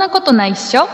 なことないっしょ。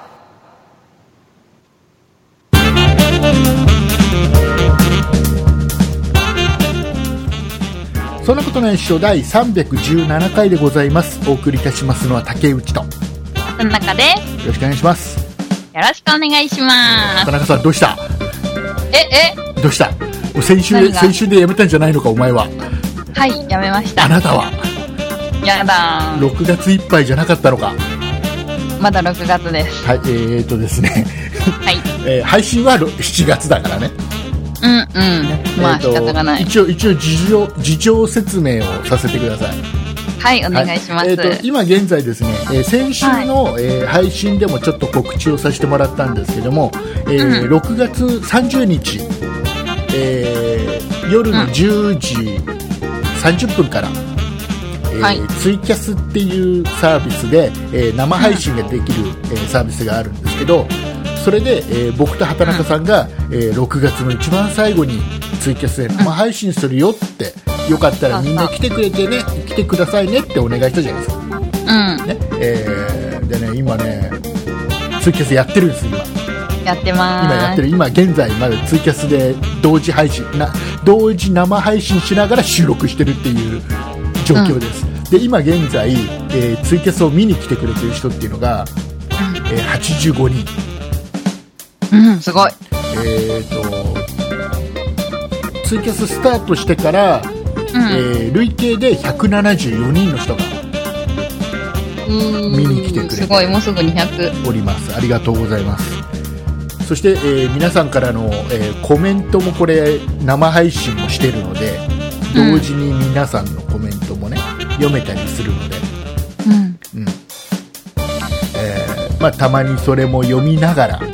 そんなことないっしょ第317回でございます。お送りいたしますのは竹内と畑中です。 よろしくお願いします。 よろしくお願いします。 田中さんどうした？どうした？もう先週でやめたんじゃないのかお前は。 はい、やめました。 あなたはやだー。 6月いっぱいじゃなかったのか。 まだ6月です。 はい、ですねはい、 配信は7月だからね。 まあ仕方がない。 一応事情説明をさせてください。 はい、お願いします。 今現在ですね、先週の、配信でもちょっと告知をさせてもらったんですけども、6月30日、夜の10時30分から、ツイキャスっていうサービスで、生配信ができる、サービスがあるんですけど、それで、僕と畑中さんが、6月の一番最後にツイキャスで生配信するよって、よかったらみんな来てくれてね、来てくださいねってお願いしたじゃないですか。ね、でね、今ねツイキャスやってるんです。 やってます。 今現在までツイキャスで同時生配信しながら収録してるっていう状況です。で今現在、ツイキャスを見に来てくれてる人っていうのが、85人。 すごい。 ツイキャススタートしてから、累計で174人の人が見に来てくれて、 すごい、もうすぐ200 おります。ありがとうございます。そして、皆さんからの、コメントもこれ生配信もしてるので、同時に皆さんのコメントもね読めたりするので、たまにそれも読みながら、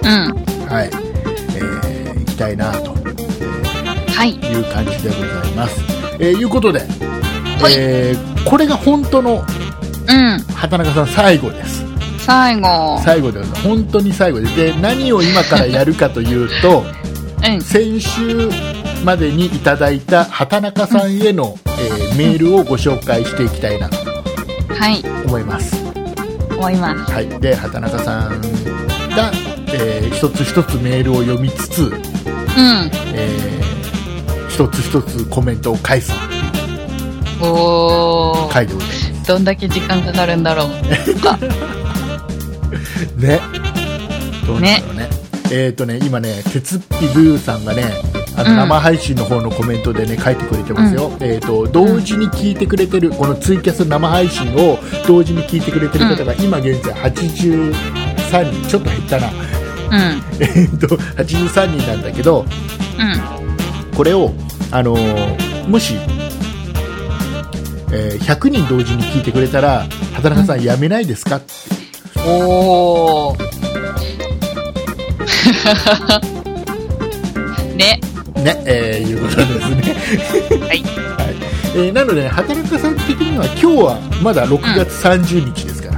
行きたいなと、いう感じでございます。いうことで、これが本当の、畑中さん最後です。最後です。本当に最後です。で、何を今からやるかというと、先週までにいただいた畑中さんへの、メールをご紹介していきたいなと思います。はい。で、畑中さんが、一つ一つメールを読みつつ、一つ一つコメントを返す回でございます。 どんだけ時間かかるんだろうね、どうなんだろうね。今ね、鉄っぴルーさんがね、生配信の方のコメントでね書いてくれてますよ。同時に聞いてくれてる、このツイキャス生配信を同時に聞いてくれてる方が今現在83人、ちょっと減ったな。83人なんだけど、これをもし、100人同時に聞いてくれたら畑中さんやめないですかって。いうことですね。なので、畑中さん的には今日はまだ6月30日ですから、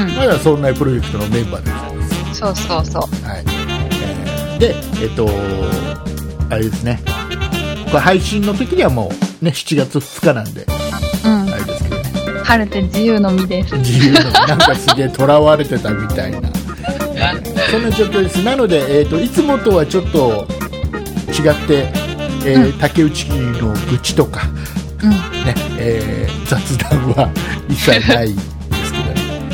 まだそんなプロジェクトのメンバーでございます。 そう。 で、あれですね、これ配信の時にはもうね7月2日なんで、あれですけどね。 晴れて自由の身です。 自由の身、なんかすげえ囚われてたみたいな、そんな状況です。なので、いつもとはちょっと違って、竹内の愚痴とか、雑談は一切ないですけ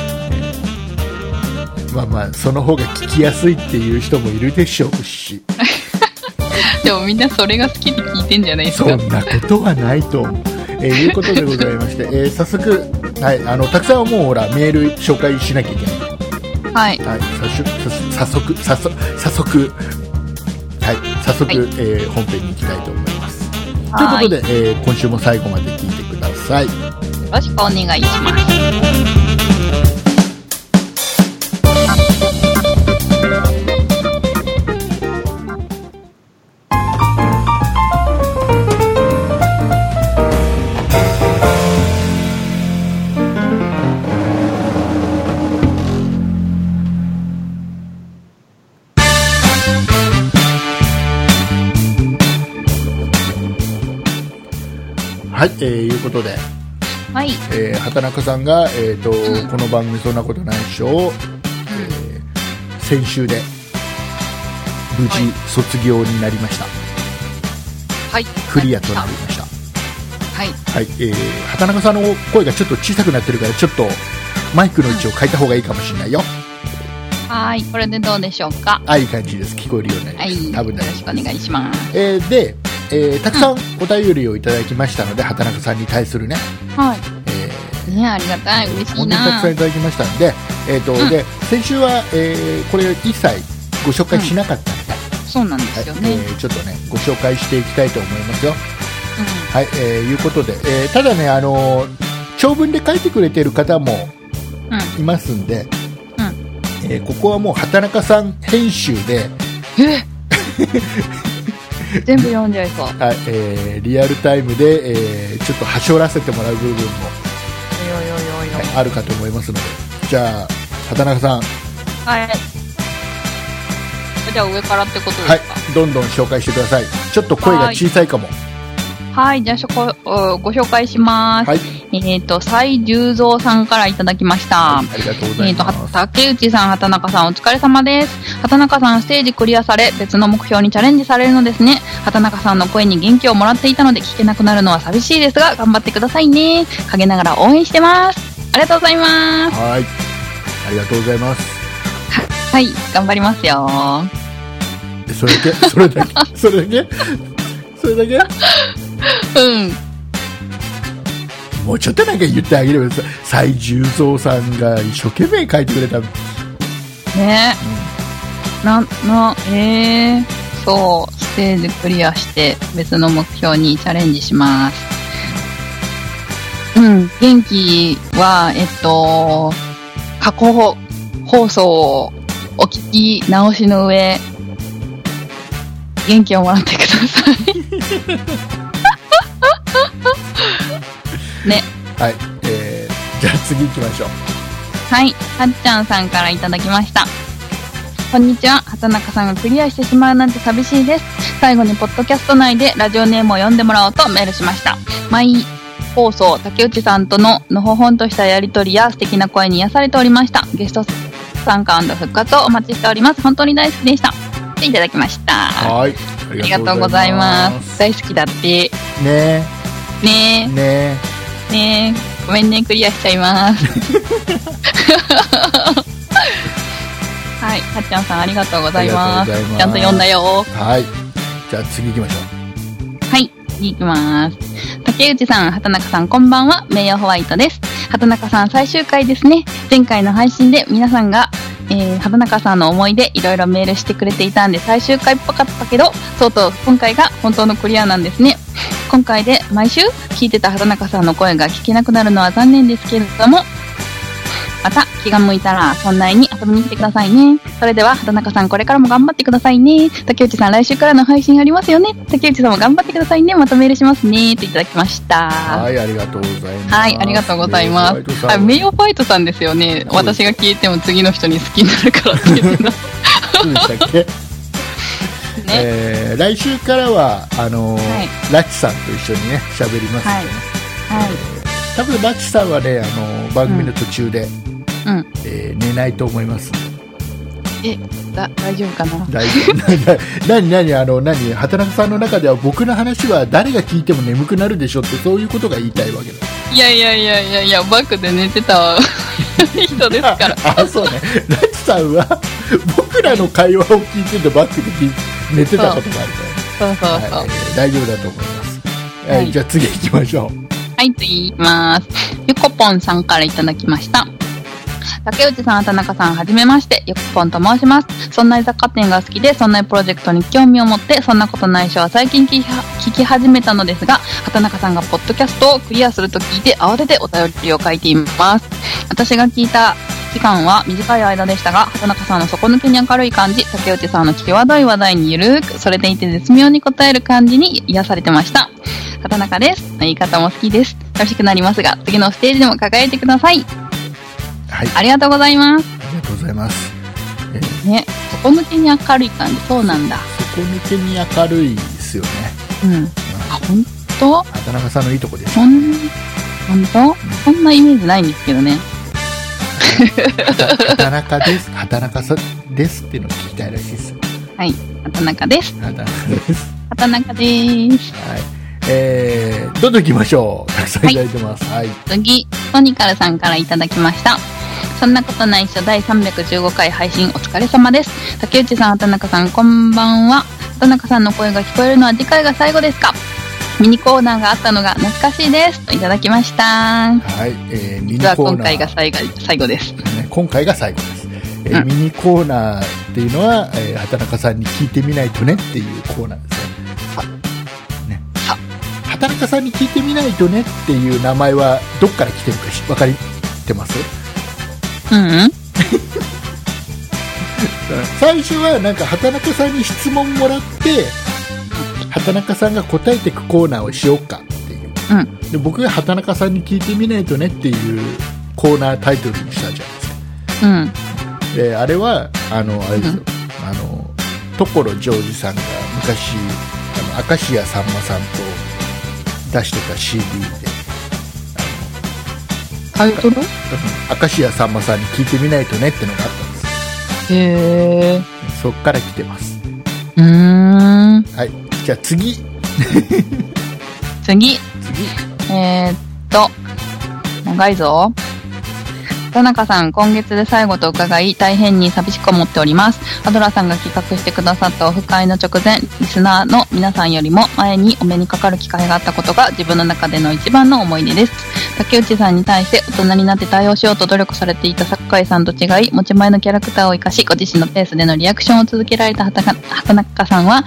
どね。その方が聞きやすいっていう人もいるでしょうしでもみんなそれが好きで聞いてんじゃないですか。 そんなことはないと思う。いうことでございまして、早速、たくさんもうほらメール紹介しなきゃいけない。早速、本編に行きたいと思います。ということで、今週も最後まで聞いてください。よろしくお願いします。 はい、いうことで、 はい。 畑中さんが、この番組そんなことないっしょを、先週で無事卒業になりました。 はい。 クリアとなりました。 はい。 はい。畑中さんの声がちょっと小さくなってるから、ちょっとマイクの位置を変えた方がいいかもしれないよ。 はい。これでどうでしょうか。 いい感じです。聞こえるようになりました。はい。多分よろしくお願いします。 で、たくさんお便りをいただきましたので、畑中さんに対するね。 はい。ありがたい、嬉しいな。 本当にたくさんいただきましたので、で先週は、これ一切ご紹介しなかったので、 そうなんですよね。 ちょっとねご紹介していきたいと思いますよ。はい、いうことで、ただね長文で書いてくれている方もいますんで、ここはもう畑中さん編集で全部読んじゃいそう。 はい、リアルタイムで、ちょっとはしょらせてもらう部分も、あるかと思いますので、じゃあ畑中さん。 はい。じゃあ上からってことですか。 はい、どんどん紹介してください。ちょっと声が小さいかも。 はい、じゃあご紹介します。はい、蔡十三さんからいただきました。 はい、ありがとうございます。 竹内さん、畑中さん、お疲れ様です。畑中さん、ステージクリアされ、別の目標にチャレンジされるのですね。畑中さんの声に元気をもらっていたので、聞けなくなるのは寂しいですが、頑張ってくださいね。陰ながら応援してます。ありがとうございます。 はい、ありがとうございます。 はい、頑張りますよ。 それだけそれだけもうちょっとなんか言ってあげればさ、蔡十三さんが一生懸命書いてくれたね、そう、ステージクリアして別の目標にチャレンジします。元気は過去放送をお聞き直しの上、元気をもらってください。ね。 はい、じゃあ次行きましょう。 はい、はっちゃんさんからいただきました。こんにちは。畑中さんがクリアしてしまうなんて寂しいです。最後にポッドキャスト内でラジオネームを読んでもらおうとメールしました。毎放送、竹内さんとののほほんとしたやりとりや素敵な声に癒されておりました。ゲスト参加&復活をお待ちしております。本当に大好きでした。いただきました。 はい、 ありがとうございます。大好きだってねえ、ごめんね、クリアしちゃいますはい、はっちゃんさんありがとうございます。ちゃんと読んだよ。 はい、じゃあ次行きましょう。はい、次行きます。竹内さん、畑中さん、こんばんは。名誉ホワイトです。畑中さん最終回ですね。前回の配信で皆さんが畑中さんの思い出いろいろメールしてくれていたんで最終回っぽかったけど、とうとう今回が本当のクリアなんですね。今回で毎週聞いてた畑中さんの声が聞けなくなるのは残念ですけれども、また気が向いたらそんなに遊びに来てくださいね。それでは畑中さん、これからも頑張ってくださいね。竹内さん、来週からの配信ありますよね。竹内さんも頑張ってくださいね。またメールしますねといただきました。 はい、ありがとうございます。 はい、ありがとうございます。名誉ファイトさんですよね。私が聞いても次の人に好きになるからっていうのそうでしたっけね。来週からはラチさんと一緒にね喋りますのでね。多分ラチさんはね番組の途中で、寝ないと思います。 大丈夫かな。 大丈夫。何畑中さんの中では僕の話は誰が聞いても眠くなるでしょって、そういうことが言いたいわけだ。 いやバックで寝てた人ですからあ、そうね。ラチさんは僕らの会話を聞いててバックで寝てたことがあるから、そう、大丈夫だと思います。はい、じゃあ次行きましょう。 はい、次行きます。ゆこぽんさんからいただきました。竹内さん、畑中さん、はじめまして、ゆこぽんと申します。そんな雑貨店が好きで、そんなプロジェクトに興味を持って、そんなことないしは最近聞き始めたのですが、畑中さんがポッドキャストをクリアすると聞いて、慌ててお便りを書いています。私が聞いた期間は短い間でしたが、畑中さんの底抜けに明るい感じ、竹内さんの際どい話題にゆるーく、それでいて絶妙に答える感じに癒されてました。畑中です。言い方も好きです。楽しくなりますが、次のステージでも輝いてください。はい、ありがとうございます。 ありがとうございます。 ね、底抜けに明るい感じ、そうなんだ。 底抜けに明るいですよね。 あ、本当？ 畑中さんのいいとこです。 本当？そんなイメージないんですけどね。 畑中です。畑中さんですっていうのを聞きたいらしいです。 はい。畑中です。 畑中です。 畑中です。 はい。どんどん行きましょう。たくさんいただいてます。はい。 次、トニカルさんからいただきました。そんなことないっしょ第315回配信お疲れ様です。竹内さん、畑中さん、こんばんは。畑中さんの声が聞こえるのは次回が最後ですか？ミニコーナーがあったのが懐かしいですといただきました。 はい、ミニコーナー。 実は今回が最後です。 今回が最後です。ミニコーナーっていうのは、畑中さんに聞いてみないとねっていうコーナーですね。畑中さんに聞いてみないとねっていう名前はどっから来てるか分かってます？最初はなんか畑中さんに質問もらって畑中さんが答えていくコーナーをしようかっていう、で僕が畑中さんに聞いてみないとねっていうコーナータイトルにしたじゃないですか。であれはあれですよ、所ジョージさんが昔明石家さんまさんと出してた CD でタイトル？ 明石家さんまさんに聞いてみないとねってのがあったんです。 へー。 そっから来てます。はい、じゃあ次長いぞ。田中さん、今月で最後と伺い大変に寂しく思っております。アドラさんが企画してくださったオフ会の直前、リスナーの皆さんよりも前にお目にかかる機会があったことが自分の中での一番の思い出です。竹内さんに対して大人になって対応しようと努力されていた酒井さんと違い、持ち前のキャラクターを生かしご自身のペースでのリアクションを続けられた畑中さんは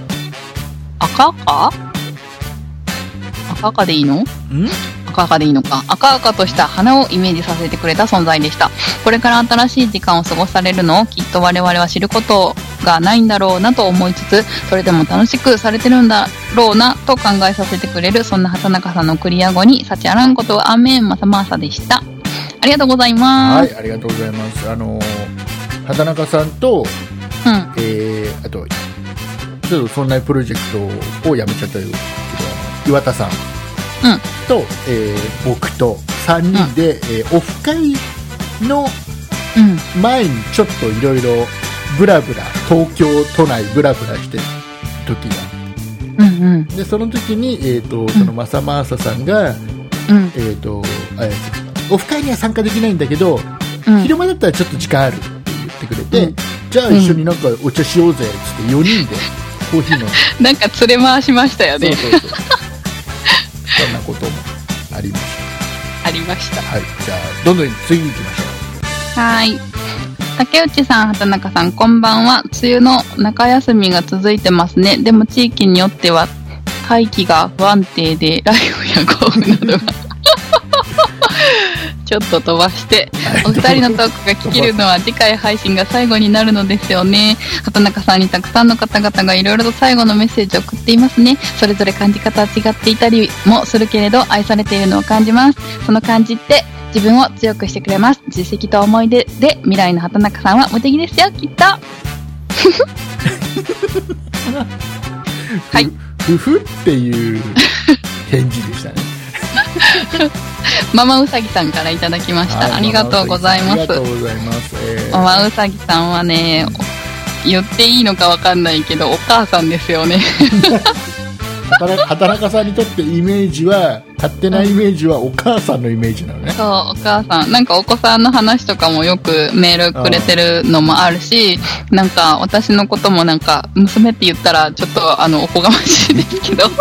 赤でいいの？赤でいいのか。赤々とした花をイメージさせてくれた存在でした。これから新しい時間を過ごされるのをきっと我々は知ることがないんだろうなと思いつつ、それでも楽しくされてるんだろうなと考えさせてくれる、そんな畑中さんのクリア後に幸あらんことはアメンマサマーサでした。ありがとうございます。 はい、ありがとうございます。畑中さんと、あとちょっとそんなプロジェクトをやめちゃったけど、岩田さんと、僕と3人で、オフ会の前にちょっといろいろブラブラ東京都内ブラブラしてる時が、でその時に、そのマサマーサさんが、オフ会には参加できないんだけど、昼間だったらちょっと時間あるって言ってくれて、じゃあ一緒になんかお茶しようぜっつって4人でコーヒー飲んでなんか連れ回しましたよね。 そうそんなこともありました。はい、じゃあどんどん次に行きましょう。はい。竹内さん、畑中さん、こんばんは。梅雨の中休みが続いてますね。でも地域によっては大気が不安定で雷雨や豪雨などがちょっと飛ばしてお二人のトークが聞けるのは次回配信が最後になるのですよね。畑中さんにたくさんの方々がいろいろと最後のメッセージを送っていますね。それぞれ感じ方は違っていたりもするけれど愛されているのを感じます。その感じって自分を強くしてくれます。実績と思い出で未来の畑中さんは無敵ですよ、きっとはい、 ふふっていう返事でしたねママウサギさんからいただきました、はい、ありがとうございます。 ありがとうございます。 ママウサギさんはね、言っていいのかわかんないけどお母さんですよね畑中さんにとってイメージは、勝手なイメージはお母さんのイメージなのね。 そう、お母さん。なんかお子さんの話とかもよくメールくれてるのもあるし、なんか私のこともなんか娘って言ったらちょっとおこがましいですけどなん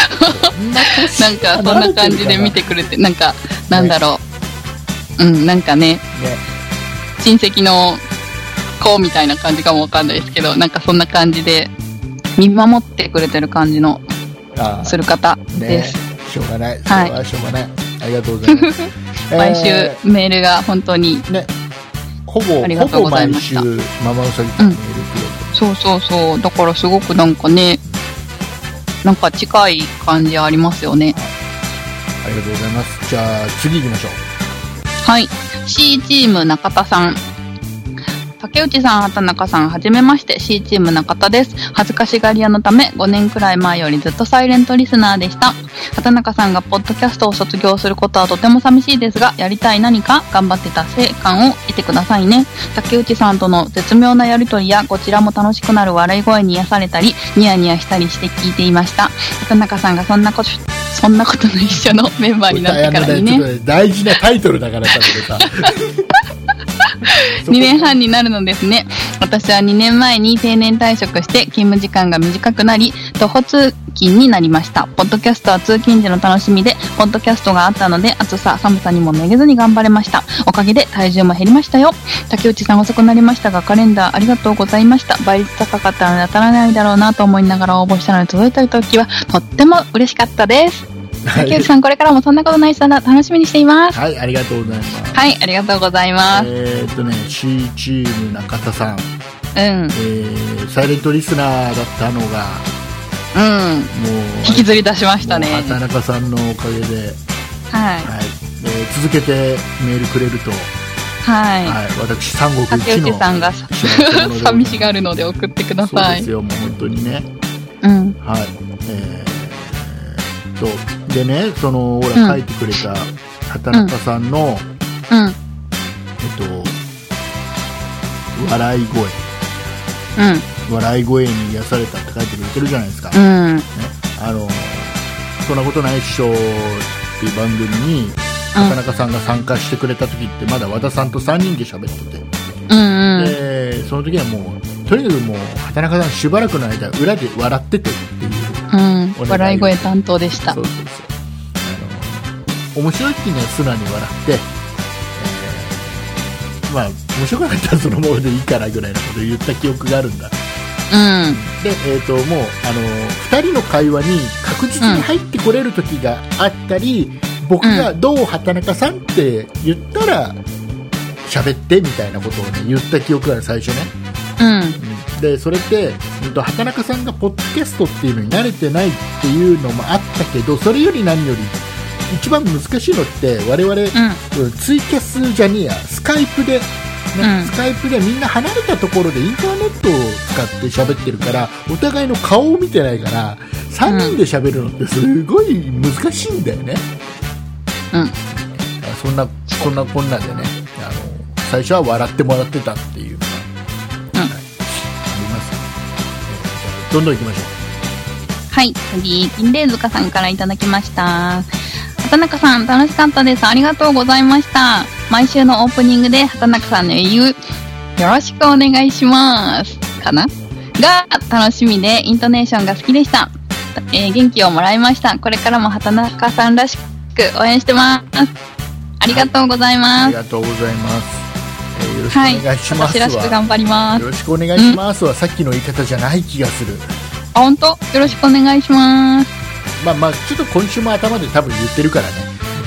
かそんな感じで見てくれて、なんかなんだろう、なんかね、親戚の子みたいな感じかもわかんないですけど、なんかそんな感じで見守ってくれてる感じのする方です。 しょうがない。それはしょうがない。ありがとうございます。 毎週メールが本当にほぼ毎週ママウサギさんメールくれて、 そうだからすごくなんかね、なんか近い感じありますよね。 ありがとうございます。じゃあ次行きましょう。 はい。C チーム中田さん。 竹内さん、畑中さん、はじめまして。C チーム中田です。恥ずかしがり屋のため、5年くらい前よりずっとサイレントリスナーでした。畑中さんがポッドキャストを卒業することはとても寂しいですが、やりたい何か頑張って達成感を得てくださいね。竹内さんとの絶妙なやりとりや、こちらも楽しくなる笑い声に癒されたり、ニヤニヤしたりして聞いていました。畑中さんがそんなことと一緒のメンバーになってからにね。 大事なタイトルだからさ、これさ。 2年半になるのですね。私は2年前に定年退職して勤務時間が短くなり、徒歩通勤になりました。ポッドキャストは通勤時の楽しみで、ポッドキャストがあったので、暑さ寒さにもめげずに頑張れました。おかげで体重も減りましたよ。竹内さん遅くなりましたが、カレンダーありがとうございました。倍率高かったので当たらないだろうなと思いながら応募したので、届いた時はとっても嬉しかったです。竹内さん、これからもそんなことない人だ、楽しみにしています。 はい、ありがとうございます。 はい、ありがとうございます。 C チーム中田さん、サイレントリスナーだったのが、もう引きずり出しましたね。 畑中さんのおかげで、 はい、 続けてメールくれると、私三国一の竹内さんが寂しがるので送ってください。 そうですよ、もう本当にね。はい。でね、そのほら書いてくれた畑中さんの、笑い声に癒されたって書いてくれてるじゃないですか。ね、そんなことないっしょっていう番組に畑中さんが参加してくれた時ってまだ和田さんと3人で喋ってて、でその時はもうとにかくもう畑中さんしばらくの間裏で笑っててっていう、 笑い声担当でした。 そう面白い時には素直に笑って、まあ面白くなかったらそのままでいいからぐらいのことを言った記憶があるんだ。で、もう2人の会話に確実に入ってこれる時があったり、僕がどう畑中さんって言ったら喋ってみたいなことをね言った記憶がある、最初ね。でそれって畑中さんがポッドキャストっていうのに慣れてないっていうのもあったけど、それより何より一番難しいのって我々、ツイキャスじゃねえやスカイプで、スカイプでみんな離れたところでインターネットを使って喋ってるから、お互いの顔を見てないから3人で喋るのってすごい難しいんだよね。そんなこんなでね、最初は笑ってもらってたっていうのが、あります。どんどん行きましょう。 はい、次金霊塚さんからいただきました。畑中さん楽しかったです。ありがとうございました。毎週のオープニングで畑中さんの言うよろしくお願いしますかなが楽しみで、イントネーションが好きでした。元気をもらいました。これからも畑中さんらしく応援してます。ありがとうございます。 ありがとうございます。よろしくお願いします。 私らしく頑張ります。 よろしくお願いしますは、さっきの言い方じゃない気がする。 あ、本当？よろしくお願いします。 まあちょっと今週も頭で多分言ってるからね。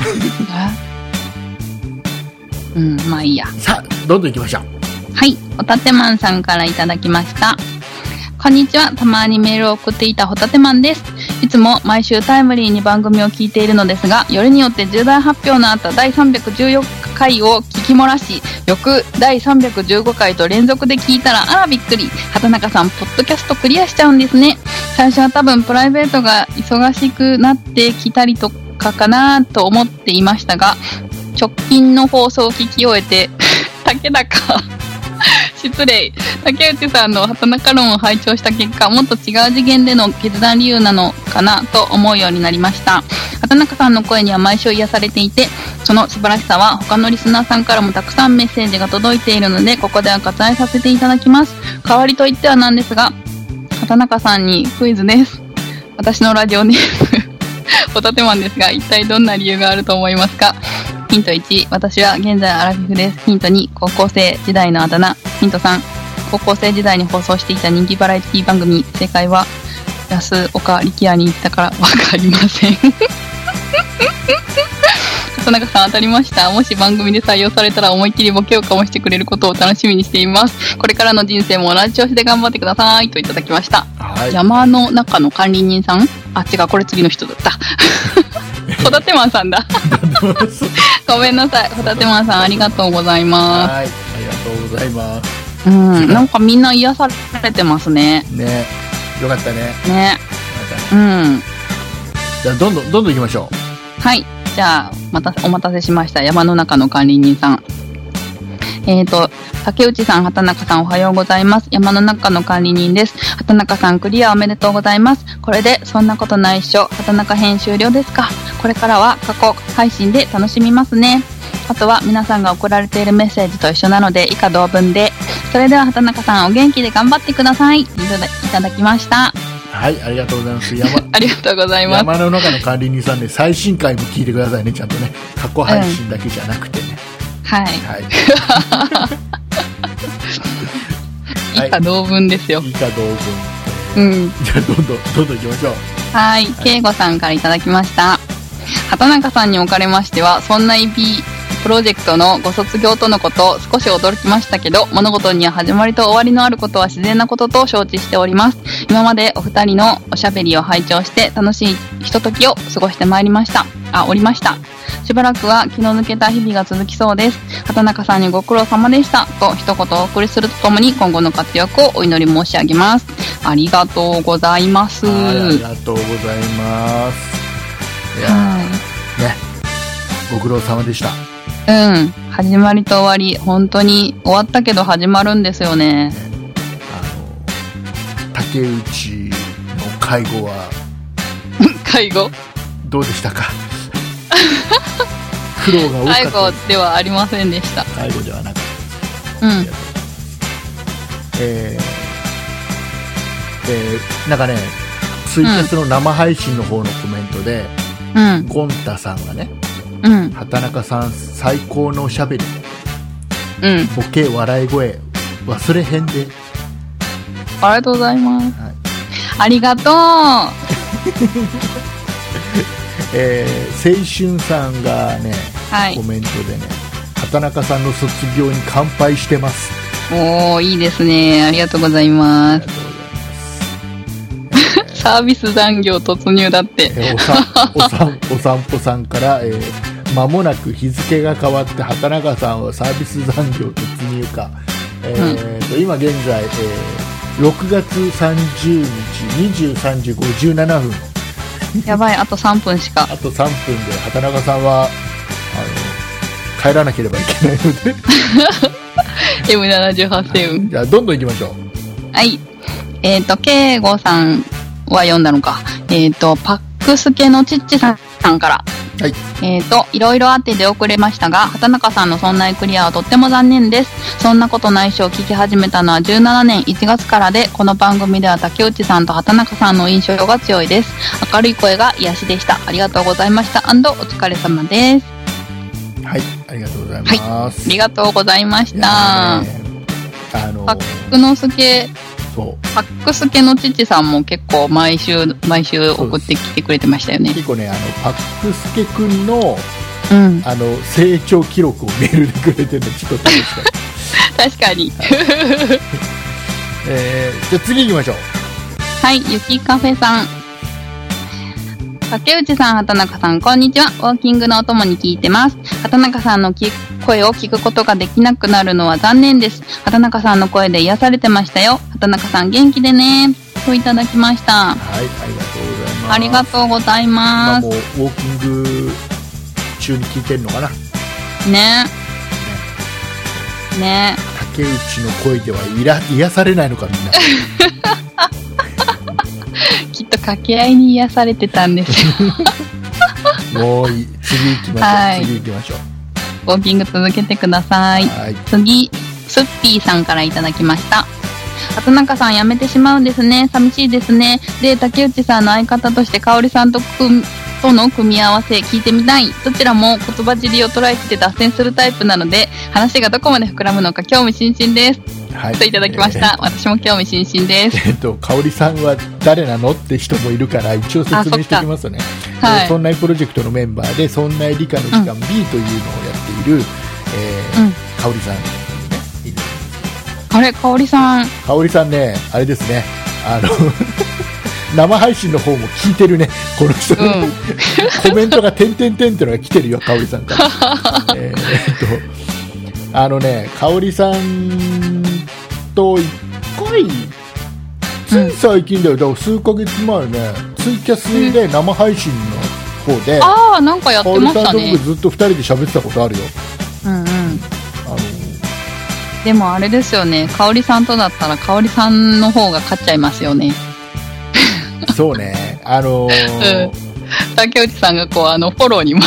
まあいいや。 さあ、どんどん行きましょう。 はい、ホタテマンさんからいただきました。こんにちは。たまにメールを送っていたホタテマンです。いつも毎週タイムリーに番組を聞いているのですが、よりによって重大発表のあった第314回を聞き漏らし、翌第315回と連続で聞いたら、あらびっくり。畑中さん、ポッドキャストクリアしちゃうんですね。最初は多分プライベートが忙しくなってきたりとかなと思っていましたが、直近の放送を聞き終えて、竹中失礼。竹内さんの畑中論を拝聴した結果、もっと違う次元での決断理由なのかなと思うようになりました。畑中さんの声には毎週癒されていて、その素晴らしさは他のリスナーさんからもたくさんメッセージが届いているので、ここでは割愛させていただきます。代わりと言ってはなんですが、畑中さんにクイズです。私のラジオネームホタテマンですが、一体どんな理由があると思いますか？ヒント1、私は現在アラフィフです。ヒント2、高校生時代のあだ名。ヒント3、高校生時代に放送していた人気バラエティ番組。正解は安岡力也に行ったからわかりません。畑中さん当たりました。もし番組で採用されたら思いっきりボケをかもしてくれることを楽しみにしています。これからの人生も同じ調子で頑張ってくださいといただきました。はい、山の中の管理人さん？あ、違う、これ次の人だった。ホタテマンさんだ。ごめんなさい。ホタテマンさんありがとうございます。 はい、ありがとうございます。 なんかみんな癒されてますね。 ね、よかったね。 ね。 じゃあどんどん行きましょう。はい。じゃあまたお待たせしました。山の中の管理人さん。竹内さん、畑中さん、おはようございます。山の中の管理人です。畑中さん、クリアおめでとうございます。これでそんなことないっしょ。畑中編終了ですか。これからは過去配信で楽しみますね。あとは皆さんが送られているメッセージと一緒なので以下同文で。それでは畑中さん、お元気で頑張ってください。いただきました。 はい、ありがとうございます。 ありがとうございます。 山の中の管理人さんね、最新回も聞いてくださいね、ちゃんとね。過去配信だけじゃなくてね。 はい。以下同文ですよ。 以下同文。じゃあどんどん行きましょう。 はい。慶吾さんからいただきました。畑中さんにおかれましては、そんな EP プロジェクトのご卒業とのこと少し驚きましたけど、物事には始まりと終わりのあることは自然なことと承知しております。今までお二人のおしゃべりを拝聴して楽しいひとときを過ごしておりました。しばらくは気の抜けた日々が続きそうです。畑中さんにご苦労様でしたと一言お送りするとともに今後の活躍をお祈り申し上げます。ありがとうございます。 ありがとうございます。いやね、ご苦労様でした。 始まりと終わり、本当に終わったけど始まるんですよね。 竹内の介護はどうでしたか。苦労が多かった。 介護ではありませんでした。 介護ではなかったです。なんかね、ツイキャスの生配信の方のコメントで、ゴンタさんがね、畑中さん最高のおしゃべり、ボケ笑い声忘れへんで。 ありがとうございます。ありがとう。 青春さんがね、コメントでね、畑中さんの卒業に乾杯してます。 おー、いいですね。ありがとうございます。サービス残業突入だって。 お散歩さんから、間もなく日付が変わって畑中さんはサービス残業突入か。今現在、6月30日23時57分。 やばい、あと3分しか。 あと3分で畑中さんは帰らなければいけないので M78 セブン。 じゃあどんどん行きましょう。 はい。慶吾さんは読んだのか。パックスケのちっちさんから。 はい。 いろいろあって出遅れましたが、畑中さんのそんなクリアはとっても残念です。そんなことないしを聞き始めたのは17年1月からで、この番組では竹内さんと畑中さんの印象が強いです。明るい声が癒しでした。ありがとうございました。お疲れ様です。 はい、ありがとうございます。 はい、ありがとうございました。パックスケの父さんも結構毎週送ってきてくれてましたよね。 結構ね、パックスケくんの、成長記録をメールでくれてるのちょっと楽しかった。 確かに。 じゃあ次行きましょう。 はい、ゆきカフェさん。竹内さん、畑中さん、こんにちは。ウォーキングのお供に聞いてます。畑中さんの声を聞くことができなくなるのは残念です。畑中さんの声で癒されてましたよ。畑中さん元気でね。といただきました。 はい、ありがとうございます。 ありがとうございます。 もうウォーキング中に聞いてるのかな。 ね。 竹内の声では癒されないのか、みんな。 きっと掛け合いに癒されてたんですよ。 もういい。次行きましょう。 ウォーキング続けてください。次、スッピーさんからいただきました。畑中さん辞めてしまうんですね。寂しいですね。で、竹内さんの相方として香織さんとの組み合わせ聞いてみたい。どちらも言葉尻を捉えて脱線するタイプなので、話がどこまで膨らむのか興味津々です。はい、といただきました。私も興味津々です。 香織さんは誰なのって人もいるから一応説明しておきますね。そんなプロジェクトのメンバーで、そんな理科の時間 B というのをやっている、香織さん、ね、いるんです。 あれ、香織さんね、あれですね、生配信の方も聞いてるね、この人、コメントが点々点ってのが来てるよ、香織さんから。香織さんと1回、つい最近だよ、だから数ヶ月前ね、ツイキャスで生配信の方で、 なんかやってましたね。 香織さんと僕ずっと2人で喋ってたことあるよ。 でもあれですよね、香織さんとだったら香織さんの方が勝っちゃいますよね。 そうね、 竹内さんがこうフォローに回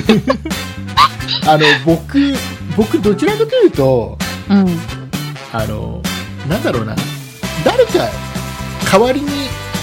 る。 僕どちらかというと、なんだろうな、誰か代わりに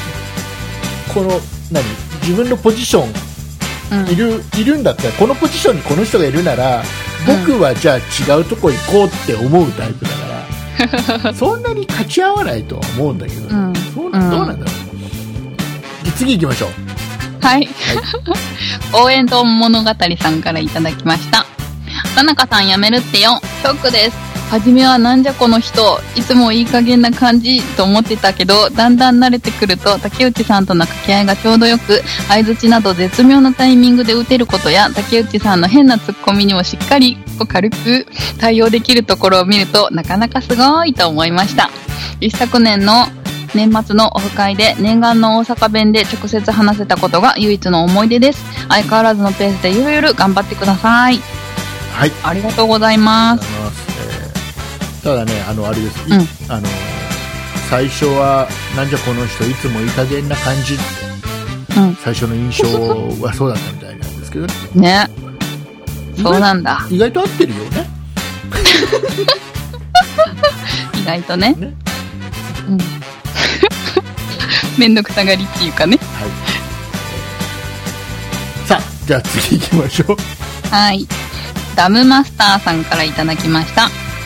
自分のポジションいるんだったら、このポジションにこの人がいるなら僕はじゃあ違うとこ行こうって思うタイプだから、そんなに勝ち合わないとは思うんだけど、どうなんだろう。次行きましょう。 はい。応援丼物語さんからいただきました。田中さん辞めるってよ。ショックです。初めはなんじゃこの人、いつもいい加減な感じと思ってたけど、だんだん慣れてくると竹内さんとの掛け合いがちょうどよく、相槌など絶妙なタイミングで打てることや、竹内さんの変なツッコミにもしっかり軽く対応できるところを見ると、なかなかすごいと思いました。一昨年の年末のオフ会で念願の大阪弁で直接話せたことが唯一の思い出です。相変わらずのペースでゆるゆる頑張ってください。 はい、 ありがとうございます。 ただね、あれです、最初はなんじゃこの人いつもいい加減な感じって、最初の印象はそうだったみたいなんですけどね。 ね、そうなんだ。 意外と合ってるよね。 意外とね。めんどくさがりっていうかね。 はい。さあ、じゃあ次行きましょう。 はい。ダムマスターさんからいただきました。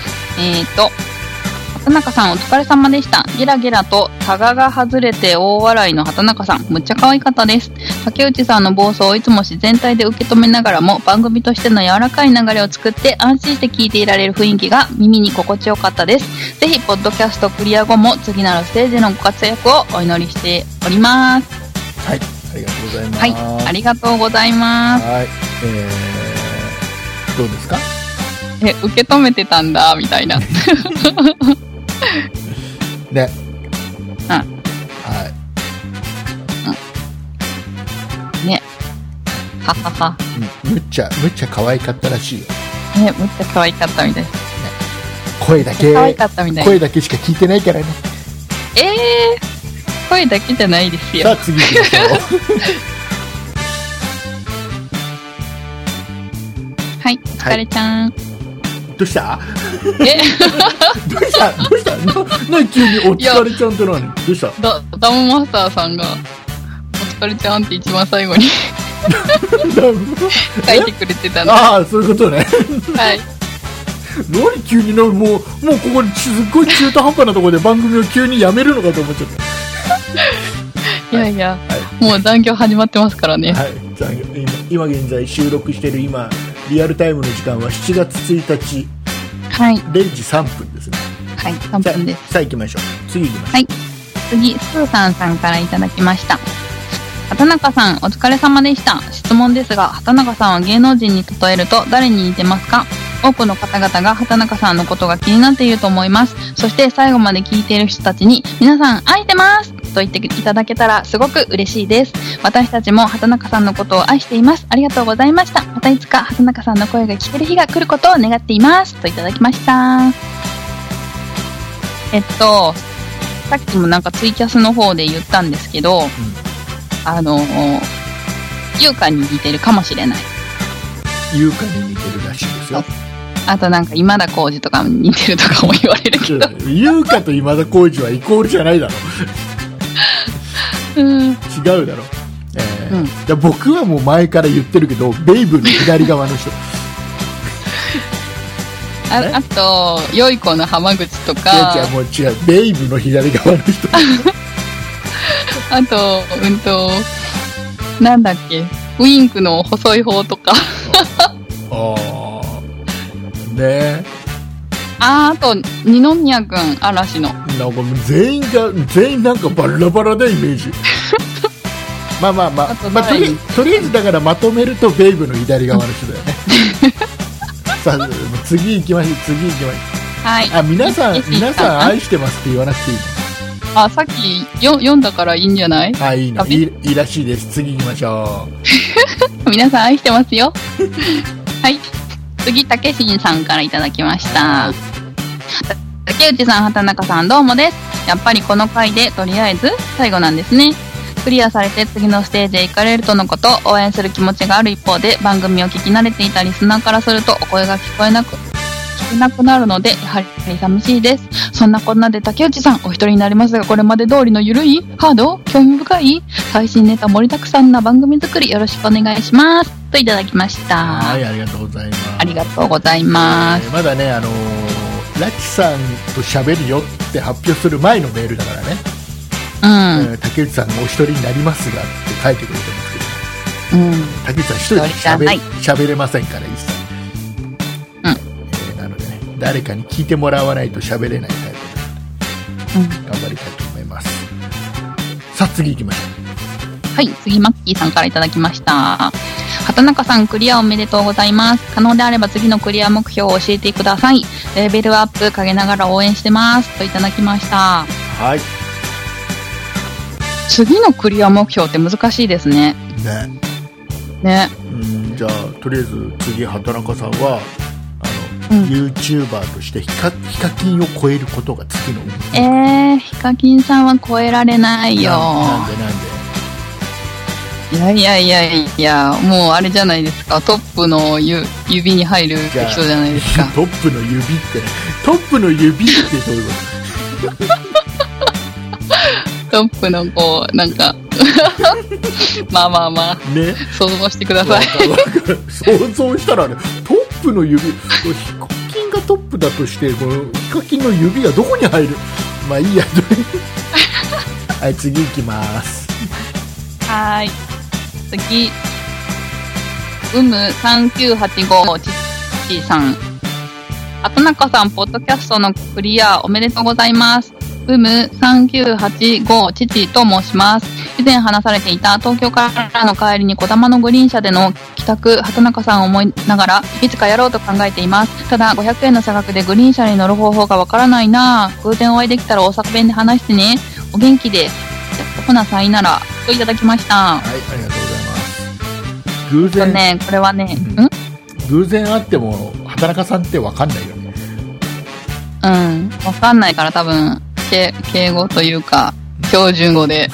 畑中さんお疲れ様でした。ゲラゲラとタガが外れて大笑いの畑中さん、むっちゃ可愛かったです。竹内さんの暴走をいつも自然体で受け止めながらも、番組としての柔らかい流れを作って安心して聞いていられる雰囲気が耳に心地よかったです。ぜひポッドキャストクリア後も次なるステージのご活躍をお祈りしております。 はい、ありがとうございます。 はい、ありがとうございます。 はい、どうですか？ 受け止めてたんだみたいな。ね。はい。ね。ははは。 むっちゃ可愛かったらしいよ。 ね、むっちゃ可愛かったみたいです。ね、 声だけしか聞いてないからね。 声だけじゃないですよ。 さあ次行きましょう。 はい、お疲れちゃん。 どうしたどうした何急にお疲れちゃんって何どうしたダムマスターさんがお疲れちゃんって一番最後に書いてくれてたの。 ああ、そういうことね。 はい。 何急にもうここすっごい中途半端なところで番組を急にやめるのかと思っちゃった。 いやいや、はい、もう残業始まってますからね。 はい、残業。今現在収録してるリアルタイムの時間は7月1日、 はい、 0時3分ですね。 はい、3分です。 さあ行きましょう。次行きましょう。 はい、次スーさんからいただきました。畑中さんお疲れ様でした。質問ですが、畑中さんは芸能人に例えると誰に似てますか？多くの方々が畑中さんのことが気になっていると思います。そして最後まで聞いている人たちに皆さん愛してますと言っていただけたらすごく嬉しいです。私たちも畑中さんのことを愛しています。ありがとうございました。またいつか畑中さんの声が聞ける日が来ることを願っていますといただきました。さっきもなんかツイキャスの方で言ったんですけど、優香に似てるかもしれない。 優香に似てるらしいですよ。 あとなんか今田耕司とかも似てるとかも言われるけど、 優香と今田耕司はイコールじゃないだろ。違うだろ。僕はもう前から言ってるけど、ベイブの左側の人。 あと良い子の浜口とか。 もう違う、ベイブの左側の人。 あとなんだっけ、ウインクの細い方とか。 ね。 あと二宮くん、嵐の。 なんか全員なんかバラバラだイメージ。まあとりあえずだからまとめるとベイブの左側の人だよね。さあ次行きましょう。 はい。 皆さん愛してますって言わなくていいの？さっき読んだからいいんじゃない？ いいの。いいらしいです。次行きましょう。皆さん愛してますよ。はい。次、たけしんさんからいただきました。竹内さん、畑中さん、どうもです。やっぱりこの回でとりあえず最後なんですね。クリアされて次のステージへ行かれるとのこと、応援する気持ちがある一方で、番組を聞き慣れていたリスナーからするとお声が聞こえなくなるので、やはり寂しいです。そんなこんなで竹内さんお一人になりますが、これまで通りのゆるいハード興味深い最新ネタ盛りだくさんな番組作りよろしくお願いしますといただきました。 はい、ありがとうございます。 ありがとうございます。 まだね、ラキさんと喋るよって発表する前のメールだからね。竹内さんがお一人になりますがって書いてくれてますけど、竹内さん一人で喋れませんから、一切。なのでね、誰かに聞いてもらわないと喋れないタイプなので、頑張りたいと思います。さあ、次行きましょう。はい、次、マッキーさんからいただきました。畑中さん、クリアおめでとうございます。可能であれば次のクリア目標を教えてください。レベルアップ陰ながら応援してますといただきました。 はい。 次のクリア目標って難しいですね。ね。 じゃあとりあえず次、畑中さんはYouTuber としてヒカキンを超えることが次のヒカキンさんは超えられないよ。 なんでいや、もうあれじゃないですか。トップの指に入るって人じゃないですか。 トップの指ってどういうこと？ トップのこうなんかまあ、ね、想像してください。 想像したらね、トップの指、ヒカキンがトップだとして、このヒカキンの指がどこに入る？まあいいや。はい、次行きます。 はい、次、3985ちちさん。畑中さん、ポッドキャストのクリアおめでとうございます。3985父と申します。以前話されていた東京からの帰りにこだまのグリーン車での帰宅、畑中さんを思いながらいつかやろうと考えています。ただ500円の差額でグリーン車に乗る方法がわからないなぁ。偶然お会いできたら大阪弁で話してね。お元気で。ほなさいならといただきました。 はい、ありがとうございます。偶然ね、これはね、 偶然会っても畑中さんってわかんないよね。 わかんないから多分敬語というか標準語で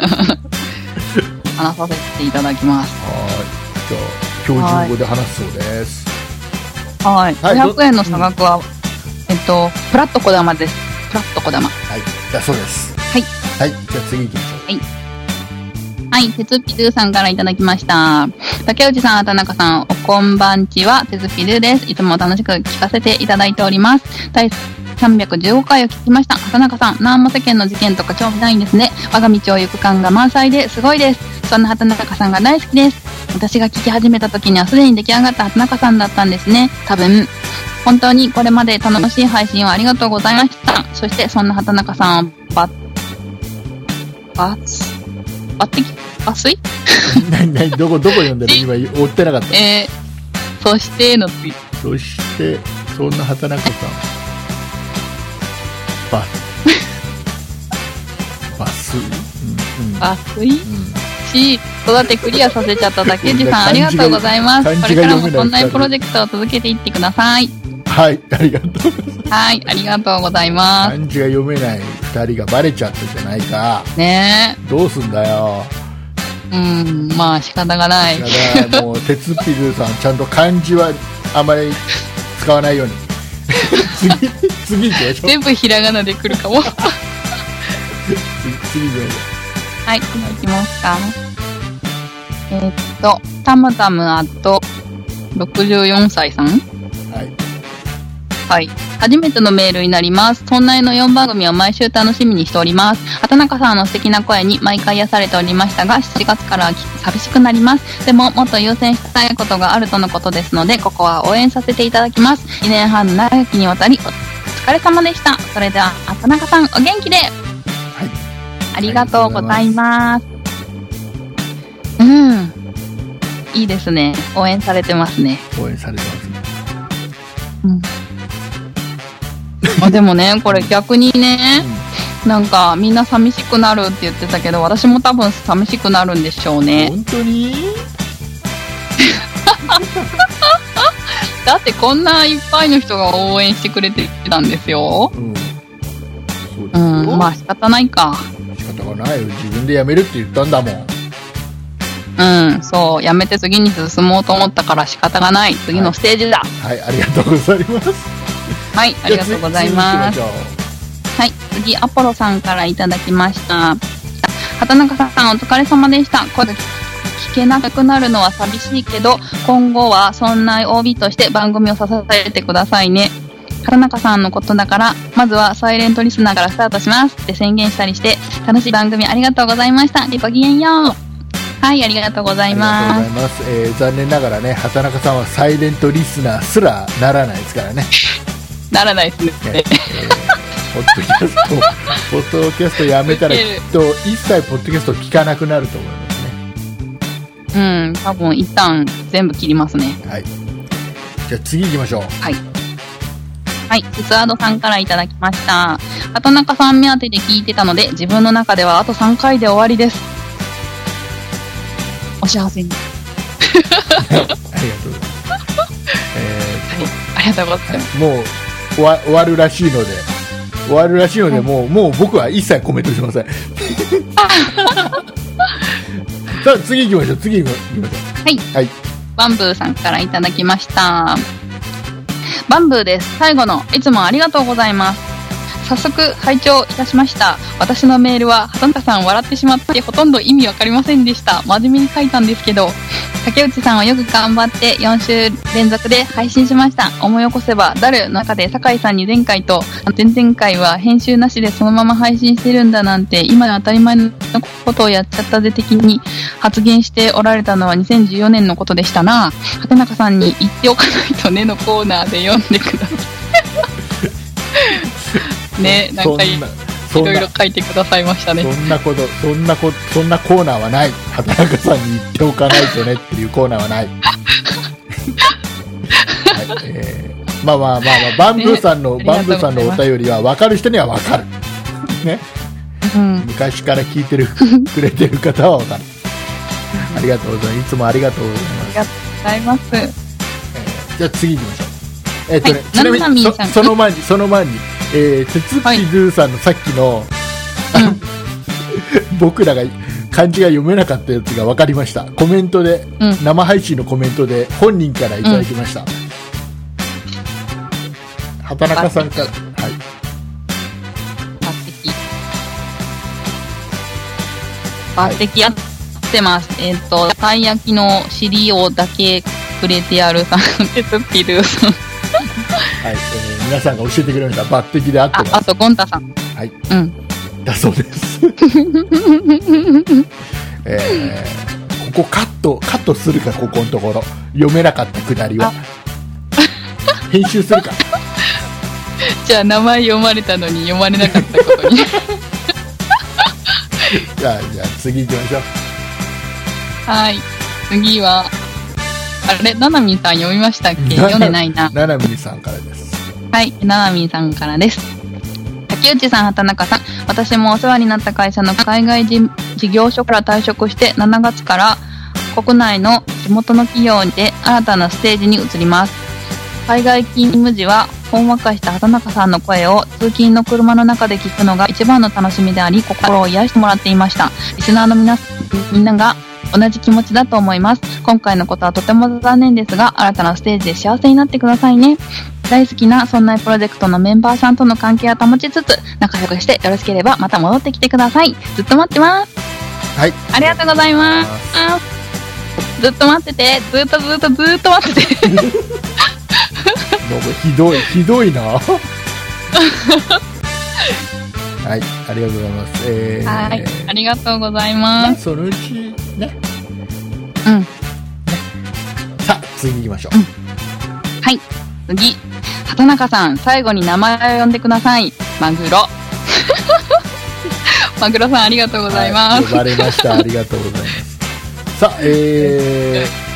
話させていただきます。 はい、じゃあ標準語で話すそうです。 はい、500円の差額はプラットこだまです。プラットこだま。 はい、だそうです。 はい、 じゃあ次行きましょう。はい、てつぴドゥさんからいただきました。竹内さん、畑中さん、おこんばんちは、てつぴドゥです。いつも楽しく聞かせていただいております。第315回を聞きました。畑中さん、何も世間の事件とか興味ないんですね。我が道を行く感が満載ですごいです。そんな畑中さんが大好きです。私が聞き始めた時にはすでに出来上がった畑中さんだったんですね。多分。本当にこれまで楽しい配信をありがとうございました。そしてそんな畑中さんを抜粋何どこ読んでる？今追ってなかった。 そしての次。 そしてそんな畑中さん。 抜粋し、育てクリアさせちゃった竹内さんありがとうございます。これからもこんなプロジェクトを続けていってください。 はい、ありがとう。 はい、ありがとうございます。 漢字が読めない2人がバレちゃったじゃないか。 ねえ。どうすんだよ。 まあ仕方がない。 もうてつぴるさんちゃんと漢字はあまり使わないように。次行きましょう。 全部ひらがなで来るかも。 次行きましょう。はい、今行きますか。たむたむあと64歳さん。はい。初めてのメールになります。そんな絵の4番組を毎週楽しみにしております。畑中さんの素敵な声に毎回癒されておりましたが、7月からは寂しくなります。でも、もっと優先したいことがあるとのことですので、ここは応援させていただきます。2年半の長きにわたり、お疲れ様でした。それでは、畑中さん、お元気で。はい。ありがとうございます。いいですね。応援されてますね。 応援されてますね。 でもね、これ逆にね、なんかみんな寂しくなるって言ってたけど、私も多分寂しくなるんでしょうね。 本当にだってこんないっぱいの人が応援してくれてたんですよ。そうですよ。まあ仕方ないか。 仕方がないよ。自分で辞めるって言ったんだもん。 そう、辞めて次に進もうと思ったから仕方がない。次のステージだ。 はい、ありがとうございます。 はい、ありがとうございます。はい、次、アポロさんからいただきました。畑中さん、お疲れ様でした。声が聞けなくなるのは寂しいけど、今後はそんな OB として番組を支えてくださいね。畑中さんのことだから、まずはサイレントリスナーからスタートしますって宣言したりして、楽しい番組ありがとうございました。ごきげんよう。はい、ありがとうございます。ありがとうございます。 残念ながらね、畑中さんはサイレントリスナーすらならないですからね。 ならないですね。 ポッドキャストやめたらきっと一切ポッドキャスト聞かなくなると思いますね。多分一旦全部切りますね。 はい。じゃあ次行きましょう。 はい。はい、スツアードさんからいただきました。畑中さん目当てで聞いてたので、自分の中ではあと3回で終わりです。お幸せに。 ありがとうございます。 ありがとうございます。 もう終わるらしいので、もう僕は一切コメントしません。さあ次行きましょう。はい、 はい、バンブーさんからいただきました。バンブーです。最後のいつもありがとうございます。早速拝聴いたしました。私のメールは畑中さん笑ってしまってほとんど意味わかりませんでした。真面目に書いたんですけど、竹内さんはよく頑張って4週連続で配信しました。思い起こせばダルの中で酒井さんに前回と前々回は編集なしでそのまま配信してるんだなんて今の当たり前のことをやっちゃったぜ的に発言しておられたのは2014年のことでしたな。畑中さんに言っておかないとねのコーナーで読んでください。ね、なんかいろいろ書いてくださいましたね。 そんなコーナーはない。畑中さんに言っておかないとねっていうコーナーはない。はい、バンブーさんのお便りは分かる人には分かる。ね。昔から聞いてくれてる方は分かる。ありがとうございます。いつもありがとうございます。 ありがとうございます。 じゃあ次行きましょう。ちなみにその前に鉄ピドゥさんのさっきの、僕らが漢字が読めなかったやつが分かりました。コメントで、生配信のコメントで本人からいただきました。畑中さんから、はい。 抜擢やってます。たい焼きの尻をだけくれてやるさん、鉄ピドゥさん。 はい、皆さんが教えてくれました。抜擢で合ってます。 あとゴンタさん。 はい。だそうです。ここカットするか、ここのところ読めなかったくだりは編集するか。 じゃあ名前読まれたのに読まれなかったことに。 じゃあ次行きましょう。 はい。次はあれ、ななみんさん読みましたっけ？読んでないな。 ななみんさんからです。 はい、ななみんさんからです。竹内さん、畑中さん、私もお世話になった会社の海外事業所から退職して7月から国内の地元の企業で新たなステージに移ります。海外勤務時はほんわかした畑中さんの声を通勤の車の中で聞くのが一番の楽しみであり、心を癒してもらっていました。リスナーのみんなが同じ気持ちだと思います。今回のことはとても残念ですが、新たなステージで幸せになってくださいね。大好きなそんなプロジェクトのメンバーさんとの関係を保ちつつ、仲良くしてよろしければまた戻ってきてください。ずっと待ってます。 はい。 ありがとうございます。ずっと待ってて、ずっと待ってて。なんかひどいな。はい、ありがとうございます。 はい、ありがとうございます。 そのうちね。さあ、次行きましょう。 はい、次。畑中さん、最後に名前を呼んでください。マグロ。マグロさん、ありがとうございます。 呼ばれました。ありがとうございます。さあ、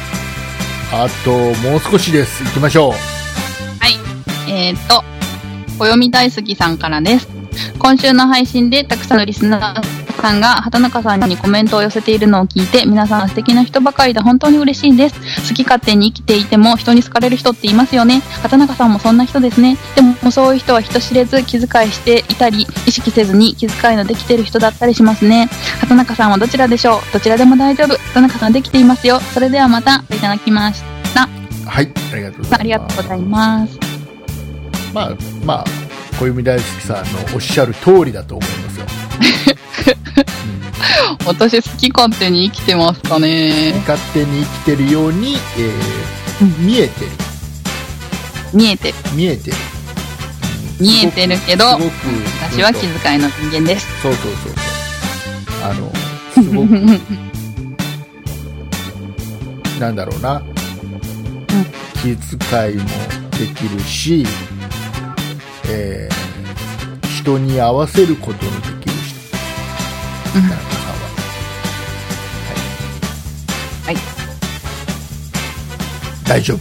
あともう少しです。行きましょう。 はい。 暦大好きさんからです。今週の配信でたくさんのリスナーさんが畑中さんにコメントを寄せているのを聞いて、皆さん素敵な人ばかりで本当に嬉しいです。好き勝手に生きていても人に好かれる人っていますよね。畑中さんもそんな人ですね。でもそういう人は人知れず気遣いしていたり、意識せずに気遣いのできている人だったりしますね。畑中さんはどちらでしょう？どちらでも大丈夫。畑中さんできていますよ。それではまたいただきました。 はい、ありがとうございます。 ありがとうございます。 まあ暦大好きさんのおっしゃる通りだと思いますよ。 私好き勝手に生きてますかね。 好き勝手に生きてるように、見えてるけど、私は気遣いの人間です。 そうすごくなんだろうな、気遣いもできるし、人に合わせることのできる人、田中さんは、 はい、 大丈夫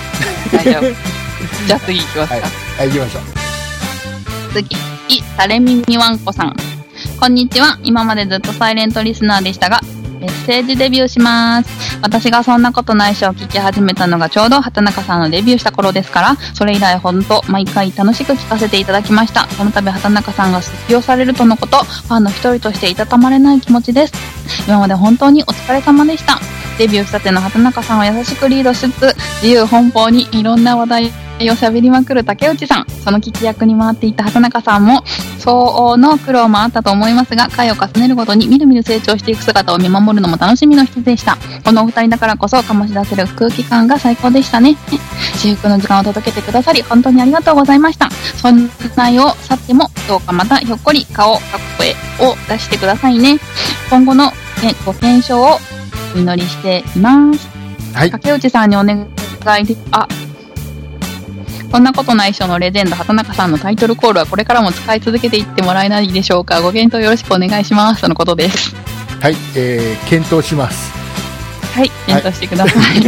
じゃあ次行きますか。 はい、行きましょう。 次、タレミミワンコさん、こんにちは。今までずっとサイレントリスナーでしたが、メッセージデビューします。私がそんなことないしを聞き始めたのがちょうど畑中さんのデビューした頃ですから、それ以来ほんと毎回楽しく聞かせていただきました。この度畑中さんが卒業されるとのこと、ファンの一人としていたたまれない気持ちです。今まで本当にお疲れ様でした。デビューしたての畑中さんを優しくリードしつつ、自由奔放にいろんな話題を喋りまくる竹内さん、その聞き役に回っていた畑中さんも相応の苦労もあったと思いますが、回を重ねるごとにみるみる成長していく姿を見守るのも楽しみの一つでした。このお二人だからこそ醸し出せる空気感が最高でしたね。至福の時間を届けてくださり本当にありがとうございました。そんなを去ってもどうかまたひょっこり顔、かっこえを出してくださいね。今後のご健勝をお祈りしています。 はい、 竹内さんにお願いで、そんなことないっしょのレジェンド畑中さんのタイトルコールはこれからも使い続けていってもらえないでしょうか。ご検討よろしくお願いしますとのことです。 はい、検討します。 はい、検討してください。